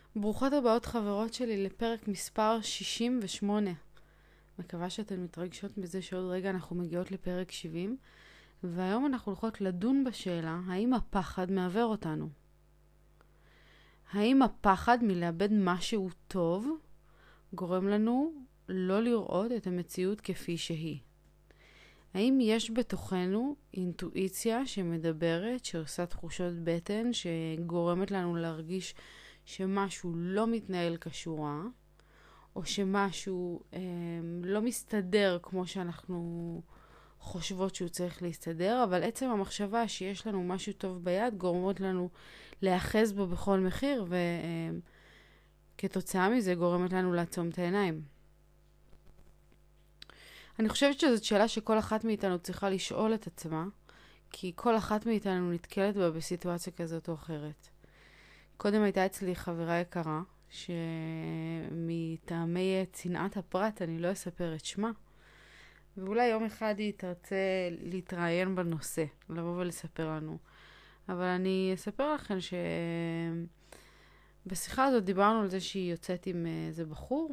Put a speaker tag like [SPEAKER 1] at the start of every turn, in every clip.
[SPEAKER 1] ברוכות הבאות חברות שלי לפרק מספר 68. מקווה שאתן מתרגשות בזה שעוד רגע אנחנו מגיעות לפרק 70, והיום אנחנו הולכות לדון בשאלה האם הפחד מעבר אותנו. האם הפחד מלאבד משהו טוב גורם לנו לא לראות את המציאות כפי שהיא? האם יש בתוכנו אינטואיציה שמדברת, שעושה תחושות בטן, שגורמת לנו להרגיש שמשהו לא מתנהל כשורה, או שמשהו לא מסתדר כמו שאנחנו חושבות שהוא צריך להסתדר, אבל עצם המחשבה שיש לנו משהו טוב ביד גורמות לנו להאחז בו בכל מחיר, וכתוצאה מזה גורמת לנו לעצום את העיניים. אני חושבת שזאת שאלה שכל אחת מאיתנו צריכה לשאול את עצמה, כי כל אחת מאיתנו נתקלת בה בסיטואציה כזאת או אחרת. קודם הייתה אצלי חברה יקרה, שמטעמי צנעת הפרט אני לא אספר את שמה, ואולי יום אחד היא תרצה להתראיין בנושא, לבוא ולספר לנו. אבל אני אספר לכם שבשיחה הזאת דיברנו על זה שהיא יוצאת עם איזה בחור,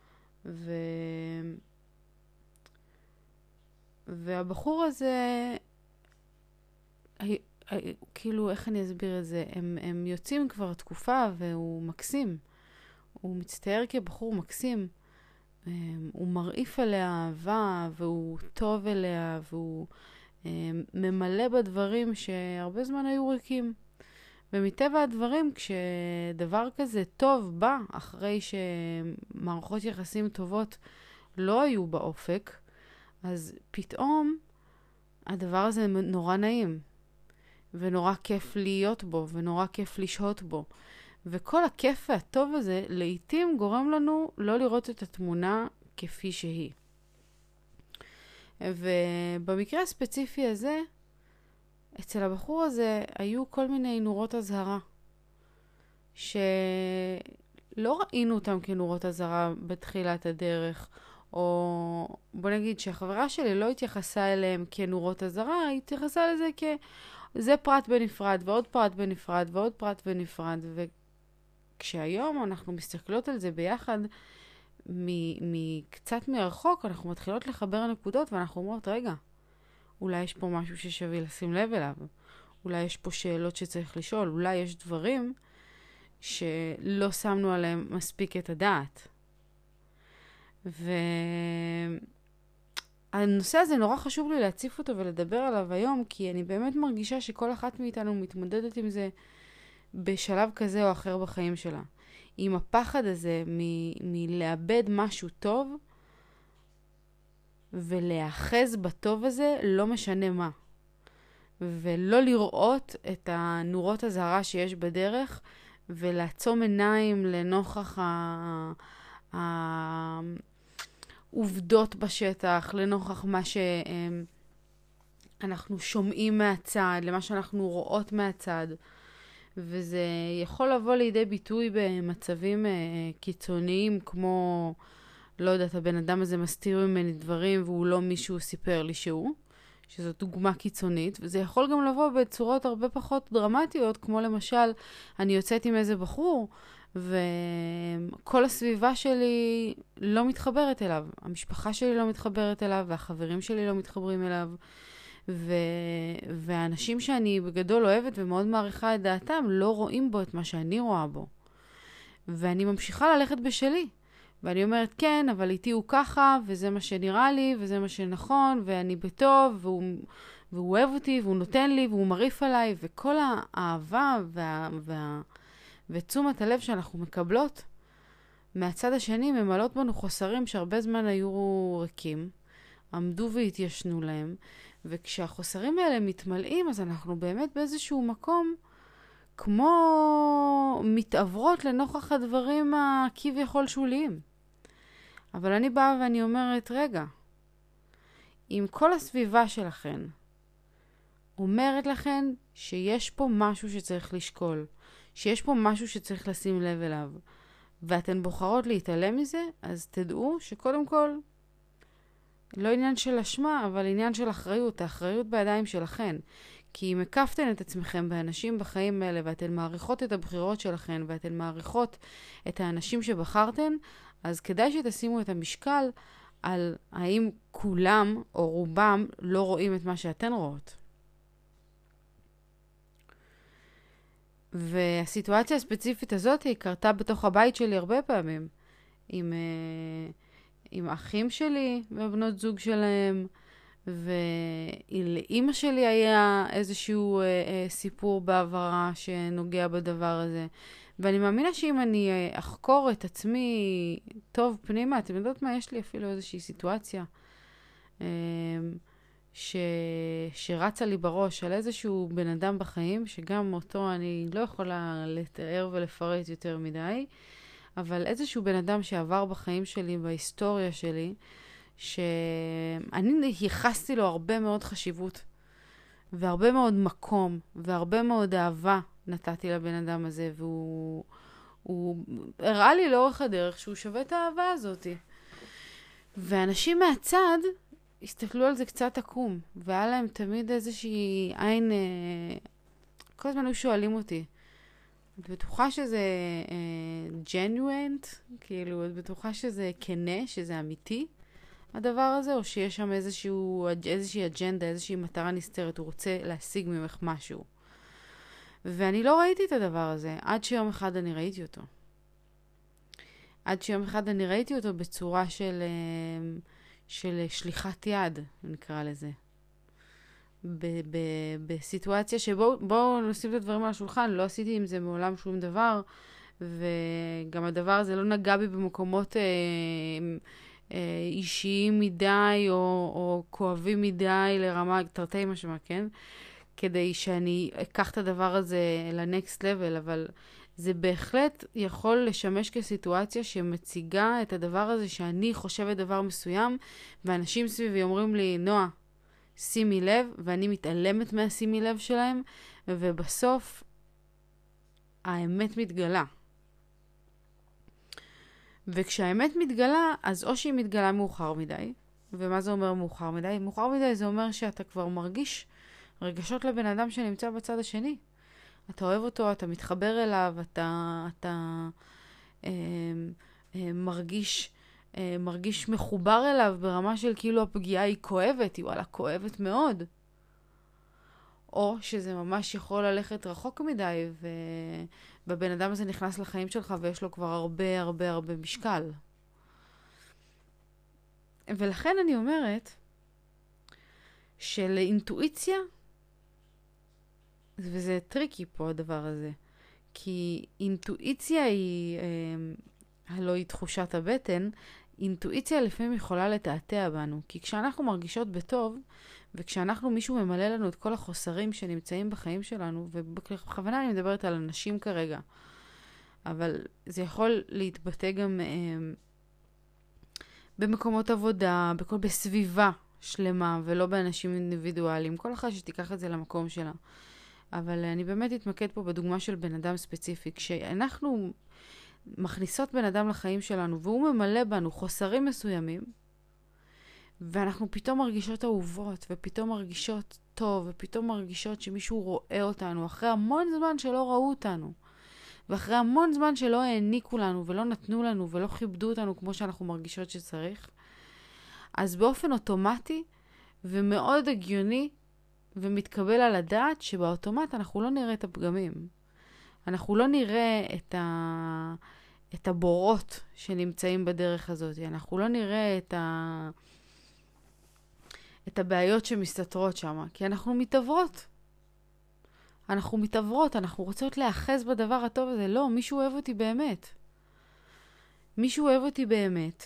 [SPEAKER 1] והבחור הזה, כאילו, איך אני אסביר את זה? הם יוצאים כבר תקופה והוא מקסים. הוא מצטייר כבחור מקסים. הוא מרעיף עליה אהבה והוא טוב אליה והוא ממלא בדברים שהרבה זמן היו ריקים. ומטבע הדברים, כשדבר כזה טוב בא אחרי שמערכות יחסים טובות לא היו באופק, אז פתאום הדבר הזה נורא נעים. ונורא כיף להיות בו, ונורא כיף לשהות בו. וכל הכיף והטוב הזה לעתים גורם לנו לא לראות את התמונה כפי שהיא. ובמקרה הספציפי הזה, אצל הבחור הזה היו כל מיני נורות אזהרה, שלא ראינו אותם כנורות אזהרה בתחילת הדרך, או בוא נגיד שהחברה שלי לא התייחסה אליהם כנורות אזהרה, היא התייחסה לזה זה פרט בנפרד, ועוד פרט בנפרד, ועוד פרט בנפרד. וכשהיום אנחנו מסתכלות על זה ביחד, קצת מרחוק, אנחנו מתחילות לחבר נקודות, ואנחנו אומרות, רגע, אולי יש פה משהו ששווה לשים לב אליו. אולי יש פה שאלות שצריך לשאול. אולי יש דברים שלא שמנו עליהם מספיק את הדעת. הנושא הזה נורא חשוב לי להציף אותו ולדבר עליו היום, כי אני באמת מרגישה שכל אחת מאיתנו מתמודדת עם זה בשלב כזה או אחר בחיים שלה. עם הפחד הזה מלאבד משהו טוב, ולהאחז בטוב הזה לא משנה מה. ולא לראות את הנורות הזהרה שיש בדרך, ולעצום עיניים לנוכח עובדות בשטח, לנוכח מה שאנחנו שומעים מהצד, למה שאנחנו רואות מהצד. וזה יכול לבוא לידי ביטוי במצבים קיצוניים, כמו, לא יודעת, הבן אדם הזה מסתיר ממני דברים והוא לא מישהו סיפר לי שהוא, שזו דוגמה קיצונית. וזה יכול גם לבוא בצורות הרבה פחות דרמטיות, כמו למשל, אני יוצאת עם איזה בחור, וכל הסביבה שלי לא מתחברת אליו. המשפחה שלי לא מתחברת אליו, והחברים שלי לא מתחברים אליו. והאנשים שאני בגדול אוהבת ומאוד מעריכה את דעתם, לא רואים בו את מה שאני רואה בו. ואני ממשיכה ללכת בשלי. ואני אומרת, כן, אבל איתי הוא ככה, וזה מה שנראה לי, וזה מה שנכון, ואני בטוב, והוא אוהב אותי, והוא נותן לי, והוא מריף עליי, וכל האהבה ותשומת הלב שאנחנו מקבלות מהצד השני ממלאות בנו חוסרים שהרבה זמן היו ריקים, עמדו והתיישנו להם, וכשהחוסרים האלה מתמלאים, אז אנחנו באמת באיזשהו מקום כמו מתעברות לנוכח הדברים הכביכול שוליים. אבל אני באה ואני אומרת, רגע, אם כל הסביבה שלכן אומרת לכן שיש פה משהו שצריך לשקול, שיש פה משהו שצריך לשים לב אליו, ואתן בוחרות להתעלם מזה, אז תדעו שקודם כל, לא עניין של אשמה, אבל עניין של אחריות, האחריות בידיים שלכן. כי אם הקפתן את עצמכם באנשים בחיים האלה, ואתן מעריכות את הבחירות שלכם, ואתן מעריכות את האנשים שבחרתן, אז כדאי שתשימו את המשקל על האם כולם או רובם לא רואים את מה שאתן רואות. והסיטואציה הספציפית הזאת היא קרתה בתוך הבית שלי הרבה פעמים. עם אחים שלי ובנות זוג שלהם, ולאמא שלי היה איזשהו סיפור בעברה שנוגע בדבר הזה. ואני מאמינה שאם אני אחקור את עצמי טוב פנימה, אתם יודעות מה? יש לי אפילו איזושהי סיטואציה שרצה לי בראש על איזשהו בן אדם בחיים, שגם אותו אני לא יכולה לתאר ולפרט יותר מדי, אבל איזשהו בן אדם שעבר בחיים שלי, בהיסטוריה שלי, שאני ייחסתי לו הרבה מאוד חשיבות, והרבה מאוד מקום, והרבה מאוד אהבה נתתי לבן אדם הזה, והוא הראה לי לאורך הדרך שהוא שווה את האהבה הזאת. ואנשים מהצד הסתכלו על זה קצת עקום, והיה להם תמיד איזושהי עין, כל הזמן היו שואלים אותי, את בטוחה שזה genuine? כאילו, את בטוחה שזה כנה, שזה אמיתי, הדבר הזה, או שיש שם איזושהי אג'נדה, איזושהי מטרה נסתרת, הוא רוצה להשיג ממך משהו. ואני לא ראיתי את הדבר הזה, עד שיום אחד אני ראיתי אותו. עד שיום אחד אני ראיתי אותו בצורה של שליחת יד, נקרא לזה. בסיטואציה שבואו נשים את הדברים על השולחן, לא עשיתי עם זה מעולם שום דבר, וגם הדבר הזה לא נגע בי במקומות אישיים מדי, או כואבים מדי לרמה תרתי משמע, כן? כדי שאני אקח את הדבר הזה לנקסט לבל, אבל זה בהחלט יכול לשמש כסיטואציה שמציגה את הדבר הזה שאני חושבת דבר מסוים, ואנשים סביבי אומרים לי, נועה, שימי לב, ואני מתעלמת מהשימי לב שלהם, ובסוף האמת מתגלה. וכשהאמת מתגלה, אז או שהיא מתגלה מאוחר מדי, ומה זה אומר מאוחר מדי? מאוחר מדי זה אומר שאתה כבר מרגיש רגשות לבן אדם שנמצא בצד השני. אתה אוהב אותו, אתה מתחבר אליו, אתה מרגיש מחובר אליו ברמה של כאילו הפגיעה היא כואבת, היא וואלה כואבת מאוד. או שזה ממש יכול ללכת רחוק מדי, ובבן אדם הזה נכנס לחיים שלך ויש לו כבר הרבה הרבה הרבה משקל. ולכן אני אומרת שלאינטואיציה, וזה טריקי פה הדבר הזה, כי אינטואיציה היא, הלא היא תחושת הבטן, אינטואיציה לפעמים יכולה לתעתע בנו, כי כשאנחנו מרגישות בטוב, וכשאנחנו מישהו ממלא לנו את כל החוסרים שנמצאים בחיים שלנו, ובכוונה אני מדברת על אנשים כרגע, אבל זה יכול להתבטא גם במקומות עבודה, בסביבה שלמה, ולא באנשים אינדיבידואליים, כל אחד שתיקח את זה למקום שלה. אבל אני באמת אתמקד פה בדוגמה של בן אדם ספציפי. כשאנחנו מכניסות בן אדם לחיים שלנו, והוא ממלא בנו חוסרים מסוימים, ואנחנו פתאום מרגישות אהובות, ופתאום מרגישות טוב, ופתאום מרגישות שמישהו רואה אותנו, אחרי המון זמן שלא ראו אותנו, ואחרי המון זמן שלא העניקו לנו, ולא נתנו לנו, ולא כיבדו אותנו כמו שאנחנו מרגישות שצריך, אז באופן אוטומטי, ומאוד הגיוני, ומתקבל על הדעת שבאוטומט אנחנו לא נראה את הפגמים. אנחנו לא נראה את הבורות שנמצאים בדרך הזאת. אנחנו לא נראה את הבעיות שמסתתרות שם. כי אנחנו מתעברות. אנחנו רוצות להאחז בדבר הטוב הזה. לא, מישהו אוהב אותי באמת. מישהו אוהב אותי באמת.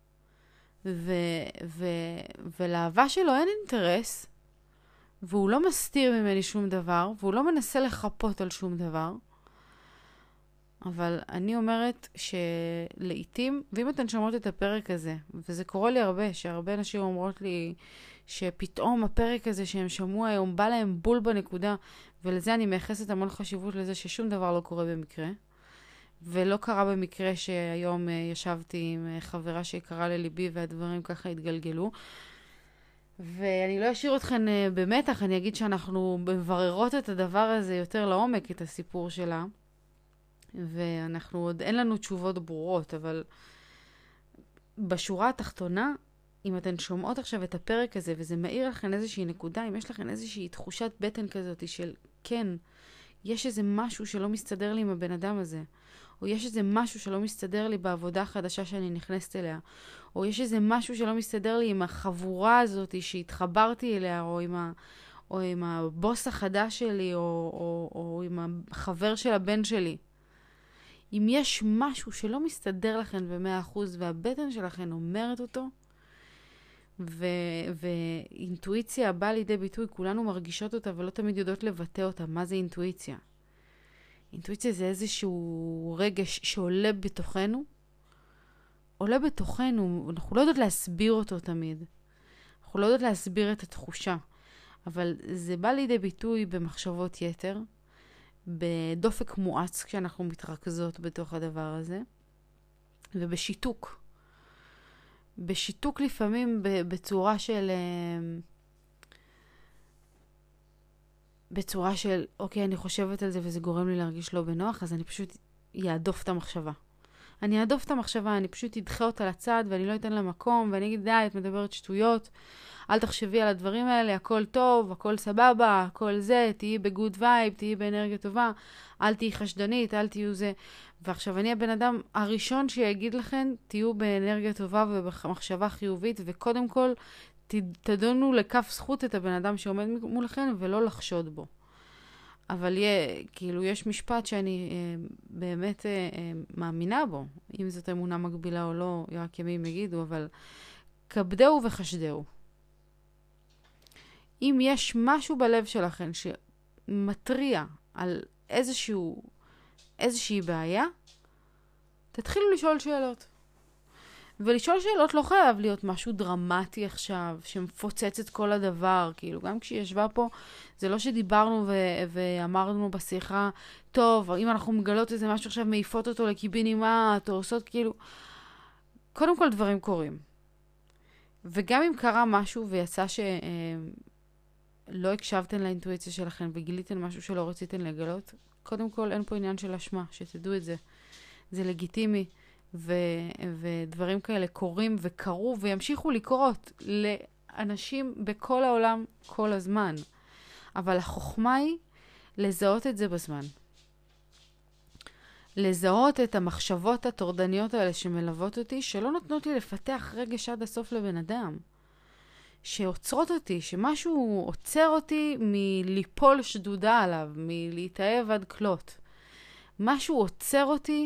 [SPEAKER 1] ולאהבה שלו אין אינטרס. והוא לא מסתיר ממני שום דבר, והוא לא מנסה לחפות על שום דבר. אבל אני אומרת שלעיתים, ואם אתן שומעות את הפרק הזה, וזה קורה לי הרבה, שהרבה אנשים אומרות לי שפתאום הפרק הזה שהם שמעו היום בא להם בול בנקודה, ולזה אני מייחסת המון חשיבות לזה ששום דבר לא קורה במקרה. ולא קרה במקרה שהיום ישבתי עם חברה שיקרה לליבי והדברים ככה התגלגלו. ואני לא אשאיר אתכן במתח, אני אגיד שאנחנו מבררות את הדבר הזה יותר לעומק, את הסיפור שלה. ואנחנו עוד אין לנו תשובות ברורות, אבל בשורה התחתונה, אם אתן שומעות עכשיו את הפרק הזה, וזה מאיר לכן איזושהי נקודה, אם יש לכן איזושהי תחושת בטן כזאת של כן, יש איזה משהו שלא מסתדר לי עם הבן אדם הזה, או יש איזה משהו שלא מסתדר לי בעבודה החדשה שאני נכנסת אליה, או יש איזה משהו שלא מסתדר לי עם החבורה הזאת שהתחברתי אליה, או עם הבוס החדש שלי, או עם החבר של הבן שלי. אם יש משהו שלא מסתדר לכן ב100% והבטן שלכן אומרת אותו, ואינטואיציה באה לידי ביטוי, כולנו מרגישות אותה ולא תמיד יודעות לבטא אותה. מה זה אינטואיציה? אינטואיציה זה איזשהו רגש שעולה בתוכנו, אנחנו לא יודעות להסביר אותו תמיד. אנחנו לא יודעות להסביר את התחושה, אבל זה בא לידי ביטוי במחשבות יתר, בדופק מואץ כשאנחנו מתרכזות בתוך הדבר הזה, ובשיתוק. בשיתוק לפעמים בצורה של, אוקיי, אני חושבת על זה וזה גורם לי להרגיש לא בנוח, אז אני פשוט יעדוף את המחשבה. אני פשוט אדחה אותה לצד ואני לא אתן לה מקום, ואני אגיד, די, את מדברת שטויות, אל תחשבי על הדברים האלה, הכל טוב, הכל סבבה, הכל זה, תהיי בגוד וייב, תהיי באנרגיה טובה, אל תהיי חשדנית, אל תהיו זה. ועכשיו אני הבן אדם הראשון שיגיד לכם, תהיו באנרגיה טובה ובמחשבה חיובית, וקודם כל תדונו לכף זכות את הבן אדם שעומד מולכם ולא לחשוד בו. אבל כאילו יש משפט שאני באמת מאמינה בו, אם זאת אמונה מגבילה או לא, רק ימים יגידו, אבל כבדהו וחשדהו. אם יש משהו בלב שלכם שמטריע על איזושהי בעיה, תתחילו לשאול שאלות. ולשאול שאלות לא חייב להיות משהו דרמטי עכשיו, שמפוצץ את כל הדבר. כאילו, גם כשהיא ישבה פה, זה לא שדיברנו ואמרנו בשיחה, טוב, אם אנחנו מגלות איזה משהו עכשיו, מעיפות אותו לקיבינימט, או עושות כאילו... קודם כל דברים קורים. וגם אם קרה משהו ויצא שלא הקשבתן לאינטואיציה שלכם וגיליתן משהו שלא רציתן לגלות, קודם כל אין פה עניין של אשמה, שתדעו את זה. זה לגיטימי. ודברים כאלה קורים וקרו וימשיכו לקרות לאנשים בכל העולם כל הזמן. אבל החוכמה היא לזהות את זה בזמן. לזהות את המחשבות הטורדניות האלה שמלוות אותי, שלא נותנות לי לפתח רגש עד הסוף לבן אדם. שעוצרות אותי, שמשהו עוצר אותי מליפול שדודה עליו, מלהתאהב עד כלות. משהו עוצר אותי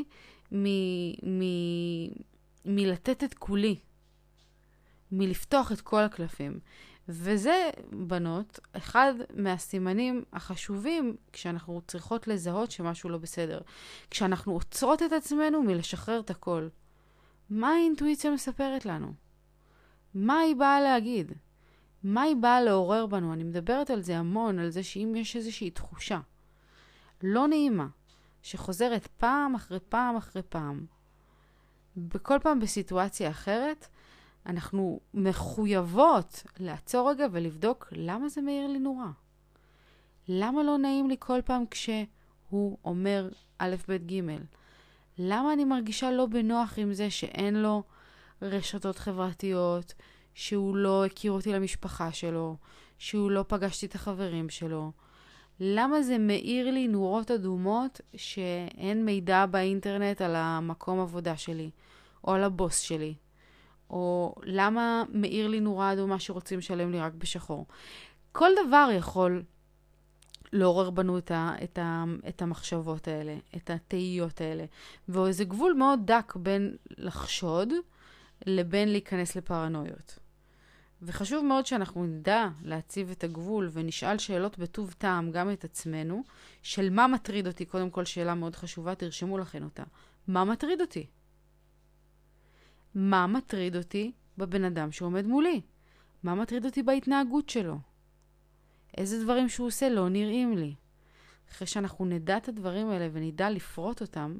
[SPEAKER 1] מלתת את כולי, מלפתוח את כל הקלפים. וזה, בנות, אחד מהסימנים החשובים כשאנחנו צריכות לזהות שמשהו לא בסדר. כשאנחנו עוצרות את עצמנו מלשחרר את הכל. מה האינטואיציה מספרת לנו? מה היא באה להגיד? מה היא באה לעורר בנו? אני מדברת על זה המון, על זה שאם יש איזושהי תחושה לא נעימה, שחוזרת פעם אחרי פעם אחרי פעם, בכל פעם בסיטואציה אחרת, אנחנו מחויבות לעצור רגע ולבדוק למה זה מאיר לי נורא. למה לא נעים לי כל פעם כשהוא אומר א' ב' ג'? למה אני מרגישה לא בנוח עם זה שאין לו רשתות חברתיות, שהוא לא הכיר אותי למשפחה שלו, שהוא לא פגשתי את החברים שלו? למה זה מאיר לי נורות אדומות שאין מידע באינטרנט על המקום עבודה שלי, או על הבוס שלי? או למה מאיר לי נורה אדומה שרוצים לשלם לי רק בשחור? כל דבר יכול לעורר בנו את המחשבות האלה, את התהיות האלה. ואיזה גבול מאוד דק בין לחשוד לבין להיכנס לפרנויות. וחשוב מאוד שאנחנו נדע להציב את הגבול ונשאל שאלות בטוב טעם גם את עצמנו, של מה מטריד אותי. קודם כל שאלה מאוד חשובה, תרשמו לכן אותה. מה מטריד אותי? מה מטריד אותי בבן אדם שעומד מולי? מה מטריד אותי בהתנהגות שלו? איזה דברים שהוא עושה לא נראים לי? אחרי שאנחנו נדע את הדברים האלה ונדע לפרוט אותם,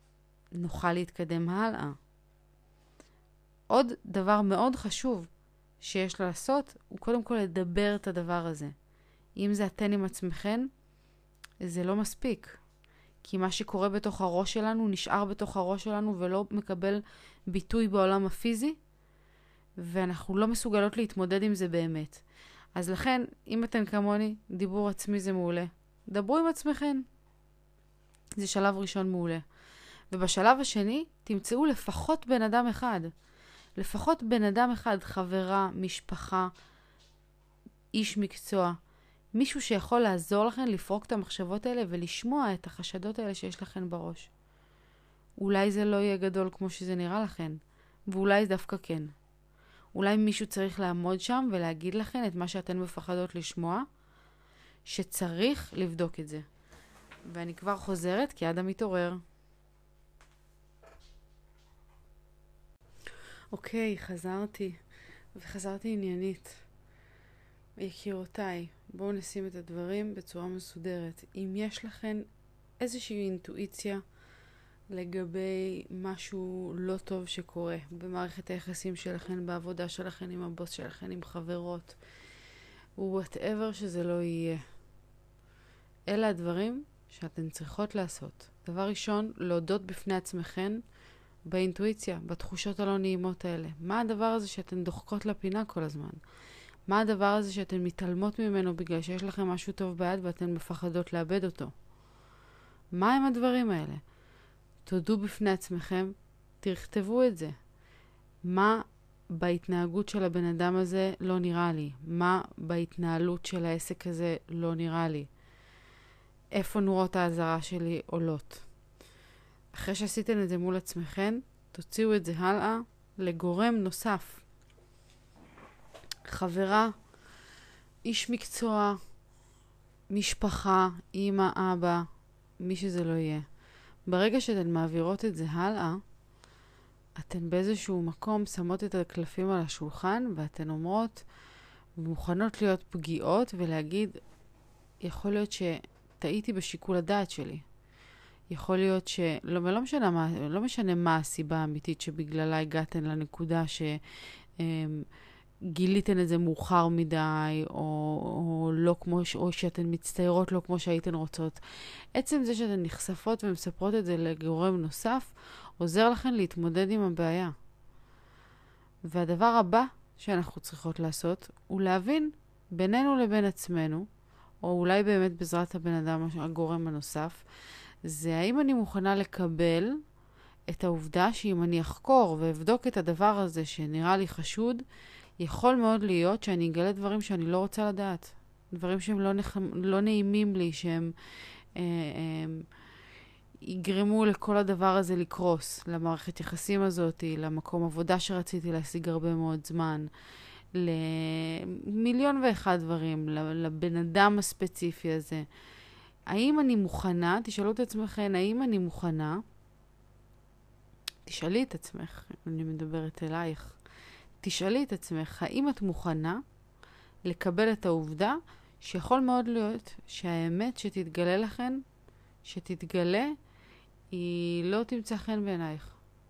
[SPEAKER 1] נוכל להתקדם הלאה. עוד דבר מאוד חשוב, שיש לעשות הוא קודם כל לדבר את הדבר הזה. אם זה אתן עם עצמכן, זה לא מספיק. כי מה שקורה בתוך הראש שלנו נשאר בתוך הראש שלנו ולא מקבל ביטוי בעולם הפיזי, ואנחנו לא מסוגלות להתמודד עם זה באמת. אז לכן, אם אתן כמוני, דיבור עצמי זה מעולה. דברו עם עצמכן. זה שלב ראשון מעולה. ובשלב השני, תמצאו לפחות בן אדם אחד. לפחות בן אדם אחד, חברה, משפחה, איש מקצוע. מישהו שיכול לעזור לכן לפרוק את המחשבות האלה ולשמוע את החשדות האלה שיש לכן בראש. אולי זה לא יהיה גדול כמו שזה נראה לכן, ואולי דווקא כן. אולי מישהו צריך לעמוד שם ולהגיד לכן את מה שאתן מפחדות לשמוע, שצריך לבדוק את זה. ואני כבר חוזרת כי אדם מתעורר. אוקיי, חזרתי עניינית. יקירותיי, בואו נשים את הדברים בצורה מסודרת. אם יש לכן איזושהי אינטואיציה לגבי משהו לא טוב שקורה במערכת היחסים שלכן, בעבודה שלכן, עם הבוס שלכן, עם חברות, whatever שזה לא יהיה. אלה הדברים שאתן צריכות לעשות. דבר ראשון, להודות בפני עצמכן באינטואיציה, בתחושות הלא נעימות האלה. מה הדבר הזה שאתן דוחקות לפינה כל הזמן? מה הדבר הזה שאתן מתעלמות ממנו בגלל שיש לכם משהו טוב ביד ואתן מפחדות לאבד אותו? מה הם הדברים האלה? תודו בפני עצמכם, תכתבו את זה. מה בהתנהגות של הבן אדם הזה לא נראה לי? מה בהתנהלות של העסק הזה לא נראה לי? איפה נורות האזהרה שלי עולות? אחרי שעשיתם את זה מול עצמכם, תוציאו את זה הלאה לגורם נוסף. חברה, איש מקצוע, משפחה, אמא, אבא, מי שזה לא יהיה. ברגע שאתן מעבירות את זה הלאה, אתן באיזשהו מקום שמות את הקלפים על השולחן, ואתן אומרות, מוכנות להיות פגיעות ולהגיד, יכול להיות שטעיתי בשיקול הדעת שלי. יכול להיות לא משנה מה הסיבה האמיתית שבגללה הגעתן לנקודה גיליתן את זה מאוחר מדי, או שאתן מצטיירות לא כמו שהייתן רוצות. עצם זה שאתן נחשפות ומספרות את זה לגורם נוסף, עוזר לכן להתמודד עם הבעיה. והדבר הבא שאנחנו צריכות לעשות, הוא להבין בינינו לבין עצמנו, או אולי באמת בעזרת הבן אדם, הגורם הנוסף, זה האם אני מוכנה לקבל את העובדה שאם אני אחקור ואבדוק את הדבר הזה שנראה לי חשוד, יכול מאוד להיות שאני אגלה דברים שאני לא רוצה לדעת. דברים שהם לא נעימים לי, שהם יגרמו לכל הדבר הזה לקרוס, למערכת יחסים הזאת, למקום עבודה שרציתי להשיג הרבה מאוד זמן, למיליון ואחד דברים, לבן אדם הספציפי הזה. האם אני מוכנה, תשאלו את עצמכם, האם אני מוכנה, תשאלי את עצמך, אני מדברת אלייך, תשאלי את עצמך, האם את מוכנה לקבל את העובדה שיכול מאוד להיות שהאמת שתתגלה לכן, שתתגלה, היא לא תמצא חן בעינייך.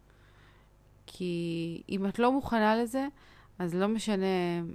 [SPEAKER 1] כי אם את לא מוכנה לזה, אז לא משנה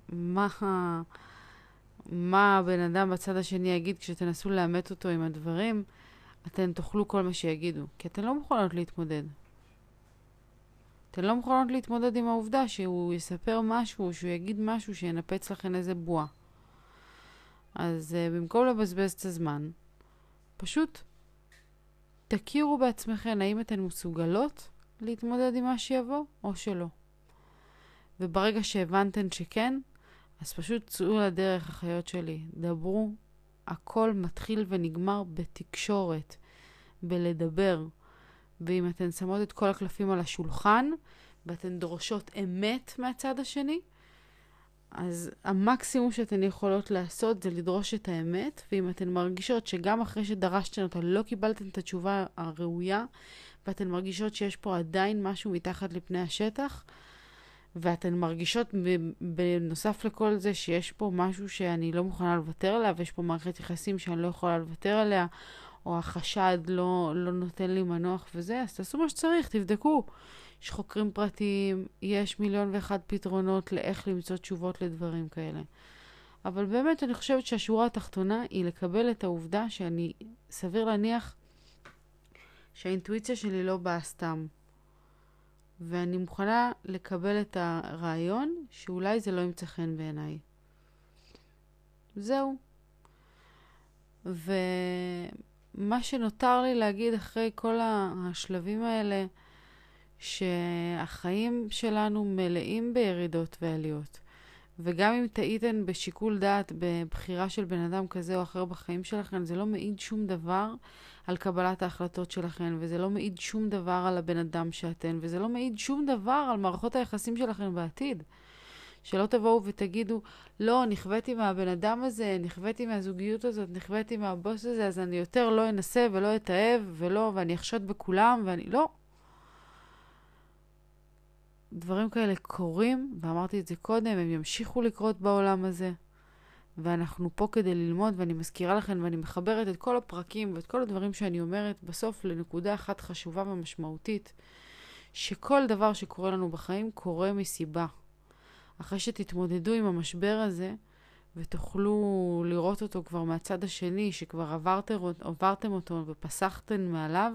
[SPEAKER 1] מה הבן אדם בצד השני יגיד כשתנסו לאמת אותו עם הדברים, אתן תאכלו כל מה שיגידו. כי אתן לא מוכנות להתמודד. אתן לא מוכנות להתמודד עם העובדה שהוא יספר משהו, שהוא יגיד משהו שינפץ לכן איזה בועה. אז במקום לבזבז את הזמן, פשוט תכירו בעצמכן האם אתן מסוגלות להתמודד עם מה שיבוא או שלא. וברגע שהבנתן שכן, אז פשוט צאו לדרך, החיות שלי. דברו, הכל מתחיל ונגמר בתקשורת, בלדבר. ואם אתן שמות את כל הקלפים על השולחן, ואתן דורשות אמת מהצד השני, אז המקסימום שאתן יכולות לעשות זה לדרוש את האמת, ואם אתן מרגישות שגם אחרי שדרשתן אותה לא קיבלתן את התשובה הראויה, ואתן מרגישות שיש פה עדיין משהו מתחת לפני השטח, ואתן מרגישות בנוסף לכל זה שיש פה משהו שאני לא מוכנה לוותר עליה, ויש פה מערכת יחסים שאני לא יכולה לוותר עליה, או החשד לא נותן לי מנוח וזה, אז תעשו מה שצריך, תבדקו. יש חוקרים פרטיים, יש 1,000,001 פתרונות לאיך למצוא תשובות לדברים כאלה. אבל באמת אני חושבת שהשורה התחתונה היא לקבל את העובדה שאני סביר להניח שהאינטואיציה שלי לא באה סתם. ואני מוכנה לקבל את הרעיון שאולי זה לא ימצא חן בעיניי. זהו. ומה שנותר לי להגיד אחרי כל השלבים האלה, שהחיים שלנו מלאים בירידות ועליות. וגם אם טעיתן בשיקול דעת, בבחירה של בן אדם כזה או אחר בחיים שלכם, זה לא מעיד שום דבר על קבלת ההחלטות שלכם, וזה לא מעיד שום דבר על הבן אדם שאתן, וזה לא מעיד שום דבר על מערכות היחסים שלכם בעתיד. שלא תבואו ותגידו, לא, נכוויתי מהבן אדם הזה, נכוויתי מהזוגיות הזאת, נכוויתי מהבוס הזה, אז אני יותר לא אנסה ולא אתאהב, ואני אחשוד בכולם, לא. דברים כאלה קורים, ואמרתי את זה קודם, הם ימשיכו לקרות בעולם הזה. ואנחנו פה כדי ללמוד, ואני מזכירה לכם, ואני מחברת את כל הפרקים ואת כל הדברים שאני אומרת בסוף לנקודה אחת חשובה ומשמעותית, שכל דבר שקורה לנו בחיים קורה מסיבה. אחרי שתתמודדו עם המשבר הזה, ותוכלו לראות אותו כבר מהצד השני, שכבר עברתם אותו ופסחתם מעליו,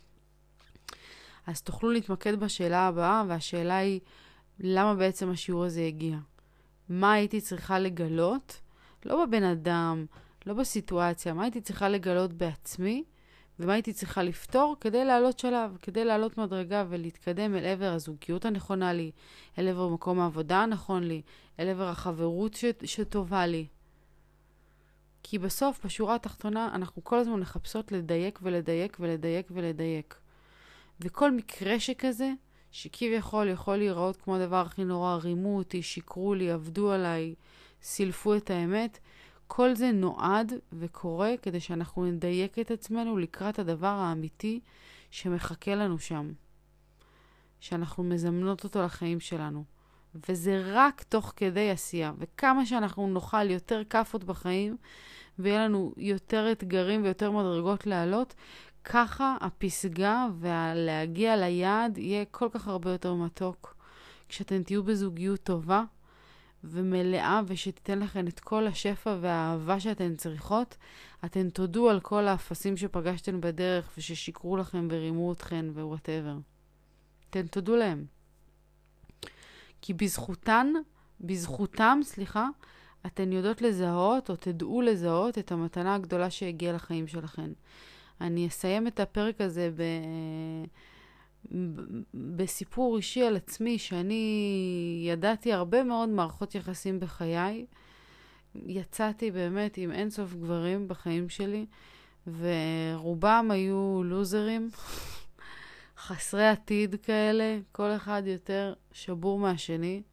[SPEAKER 1] אז תוכלו להתמקד בשאלה הבאה, והשאלה היא, למה בעצם השיעור הזה הגיע? מה הייתי צריכה לגלות? לא בבן אדם, לא בסיטואציה, מה הייתי צריכה לגלות בעצמי, ומה הייתי צריכה לפתור כדי לעלות שלב, כדי לעלות מדרגה ולהתקדם אל עבר הזוגיות הנכונה לי, אל עבר מקום העבודה הנכון לי, אל עבר החברות שטובה לי. כי בסוף, בשורה התחתונה, אנחנו כל הזמן נחפשות לדייק ולדייק ולדייק ולדייק. וכל מקרה שכזה, שכביכול יכול להיראות כמו הדבר הכי נורא, רימו אותי, שיקרו לי, עבדו עליי, סילפו את האמת, כל זה נועד וקורה כדי שאנחנו נדייק את עצמנו לקראת הדבר האמיתי שמחכה לנו שם. שאנחנו מזמנות אותו לחיים שלנו. וזה רק תוך כדי עשייה. וכמה שאנחנו נוכל יותר כפות בחיים, ויהיה לנו יותר אתגרים ויותר מדרגות לעלות, ככה הפסגה ולהגיע ליעד יהיה כל כך הרבה יותר מתוק. כשאתם תהיו בזוגיות טובה ומלאה ושתיתן לכם את כל השפע והאהבה שאתן צריכות, אתן תודו על כל האפסים שפגשתן בדרך וששיקרו לכם ורימו אתכן ווואטאבר. אתן תודו להם. כי בזכותם, אתן יודעות לזהות או תדעו לזהות את המתנה הגדולה שהגיעה לחיים שלכן. אני אסיים את הפרק הזה בסיפור אישי על עצמי, שאני ידעתי הרבה מאוד מערכות יחסים בחיי. יצאתי באמת עם אינסוף גברים בחיים שלי, ורובם היו לוזרים, חסרי עתיד כאלה, כל אחד יותר שבור מהשני.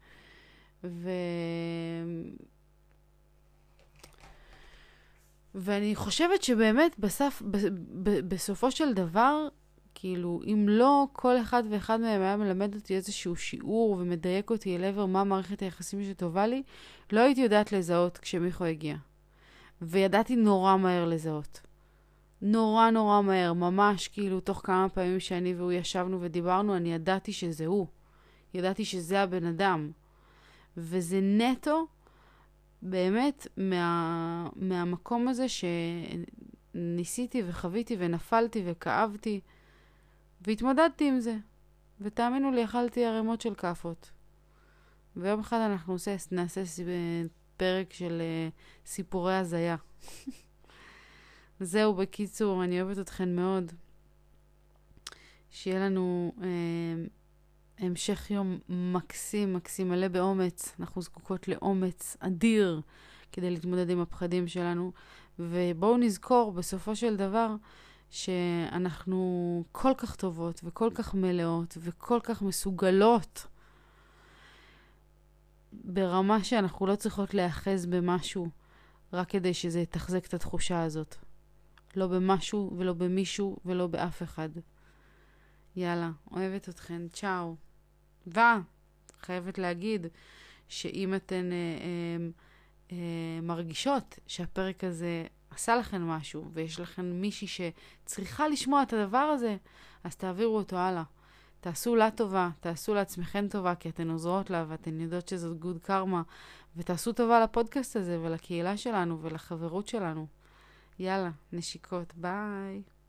[SPEAKER 1] ואני חושבת שבאמת בסופו של דבר, כאילו, אם לא כל אחד ואחד מהם היה מלמד אותי איזשהו שיעור ומדייק אותי אל עבר מה מערכת היחסים שטובה לי, לא הייתי יודעת לזהות כשמיכו הגיע. וידעתי נורא מהר לזהות. נורא מהר, ממש כאילו תוך כמה פעמים שאני והוא ישבנו ודיברנו, אני ידעתי שזה הוא. ידעתי שזה הבן אדם. וזה נטו באמת מהמקום הזה שניסיתי וחוויתי ונפלתי וכאבתי והתמודדתי עם זה. ותאמינו לי, אכלתי ערימות של כפות. ויום אחד אנחנו נעשה פרק של סיפורי הזיה. זהו, בקיצור, אני אוהבת אתכן מאוד. שיהיה לנו המשך יום מקסים, מלא באומץ. אנחנו זקוקות לאומץ אדיר כדי להתמודד עם הפחדים שלנו. ובואו נזכור בסופו של דבר שאנחנו כל כך טובות וכל כך מלאות וכל כך מסוגלות ברמה שאנחנו לא צריכות להיאחז במשהו רק כדי שזה יתחזק את התחושה הזאת. לא במשהו ולא במישהו ולא באף אחד. יאללה, אוהבת אתכן, צ'או. חייבת להגיד שאם אתן מרגישות שהפרק הזה עשה לכם משהו, ויש לכם מישהי שצריכה לשמוע את הדבר הזה, אז תעבירו אותו הלאה. תעשו לה טובה, תעשו לעצמכם טובה, כי אתן עוזרות לה, ואתן יודעות שזאת גוד קרמה, ותעשו טובה לפודקאסט הזה, ולקהילה שלנו, ולחברות שלנו. יאללה, נשיקות, ביי.